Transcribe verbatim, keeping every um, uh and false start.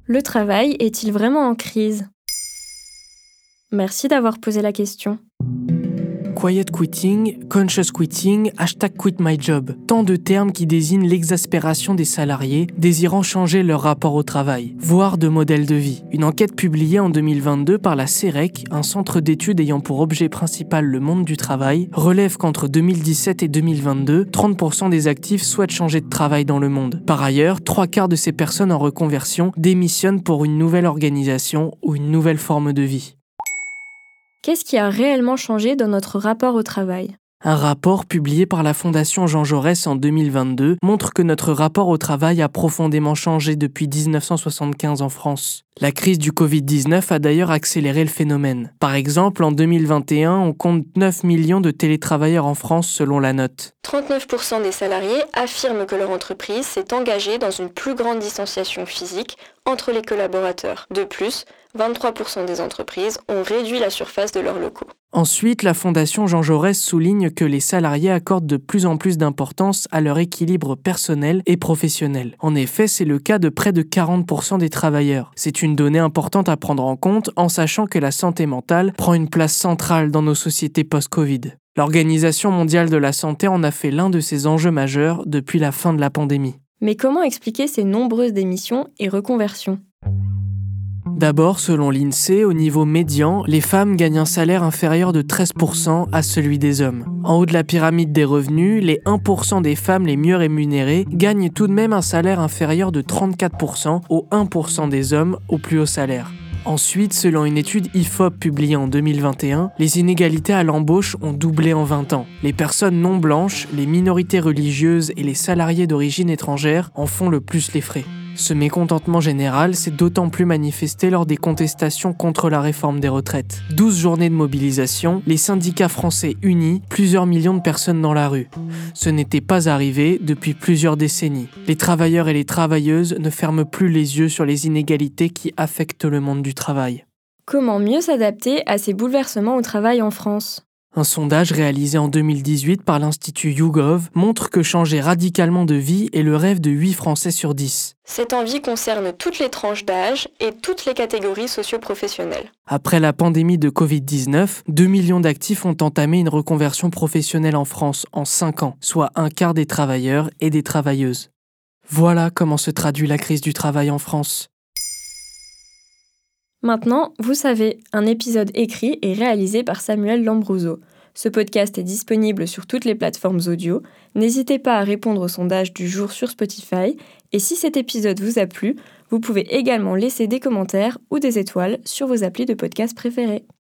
Le travail est-il vraiment en crise ? Merci d'avoir posé la question. Quiet quitting, conscious quitting, hashtag quit my job. Tant de termes qui désignent l'exaspération des salariés désirant changer leur rapport au travail, voire de modèle de vie. Une enquête publiée en deux mille vingt-deux par la C E R E C, un centre d'études ayant pour objet principal le monde du travail, relève qu'entre deux mille dix-sept et deux mille vingt-deux, trente pour cent des actifs souhaitent changer de travail dans le monde. Par ailleurs, trois quarts de ces personnes en reconversion démissionnent pour une nouvelle organisation ou une nouvelle forme de vie. Qu'est-ce qui a réellement changé dans notre rapport au travail ? Un rapport publié par la Fondation Jean Jaurès en deux mille vingt-deux montre que notre rapport au travail a profondément changé depuis dix-neuf cent soixante-quinze en France. La crise du covid dix-neuf a d'ailleurs accéléré le phénomène. Par exemple, en deux mille vingt et un, on compte neuf millions de télétravailleurs en France selon la note. trente-neuf pour cent des salariés affirment que leur entreprise s'est engagée dans une plus grande distanciation physique entre les collaborateurs. De plus, vingt-trois pour cent des entreprises ont réduit la surface de leurs locaux. Ensuite, la Fondation Jean Jaurès souligne que les salariés accordent de plus en plus d'importance à leur équilibre personnel et professionnel. En effet, c'est le cas de près de quarante pour cent des travailleurs. C'est une donnée importante à prendre en compte en sachant que la santé mentale prend une place centrale dans nos sociétés post-Covid. L'Organisation mondiale de la santé en a fait l'un de ses enjeux majeurs depuis la fin de la pandémie. Mais comment expliquer ces nombreuses démissions et reconversions ? D'abord, selon l'INSEE, au niveau médian, les femmes gagnent un salaire inférieur de treize pour cent à celui des hommes. En haut de la pyramide des revenus, les un pour cent des femmes les mieux rémunérées gagnent tout de même un salaire inférieur de trente-quatre pour cent au un pour cent des hommes au plus haut salaire. Ensuite, selon une étude I F O P publiée en deux mille vingt et un, les inégalités à l'embauche ont doublé en vingt ans. Les personnes non blanches, les minorités religieuses et les salariés d'origine étrangère en font le plus les frais. Ce mécontentement général s'est d'autant plus manifesté lors des contestations contre la réforme des retraites. douze journées de mobilisation, les syndicats français unis, plusieurs millions de personnes dans la rue. Ce n'était pas arrivé depuis plusieurs décennies. Les travailleurs et les travailleuses ne ferment plus les yeux sur les inégalités qui affectent le monde du travail. Comment mieux s'adapter à ces bouleversements au travail en France ? Un sondage réalisé en deux mille dix-huit par l'Institut YouGov montre que changer radicalement de vie est le rêve de huit Français sur dix. Cette envie concerne toutes les tranches d'âge et toutes les catégories socio-professionnelles. Après la pandémie de covid dix-neuf, deux millions d'actifs ont entamé une reconversion professionnelle en France en cinq ans, soit un quart des travailleurs et des travailleuses. Voilà comment se traduit la crise du travail en France. Maintenant, vous savez, un épisode écrit et réalisé par Samuel Lambrouzo. Ce podcast est disponible sur toutes les plateformes audio. N'hésitez pas à répondre au sondage du jour sur Spotify. Et si cet épisode vous a plu, vous pouvez également laisser des commentaires ou des étoiles sur vos applis de podcast préférés.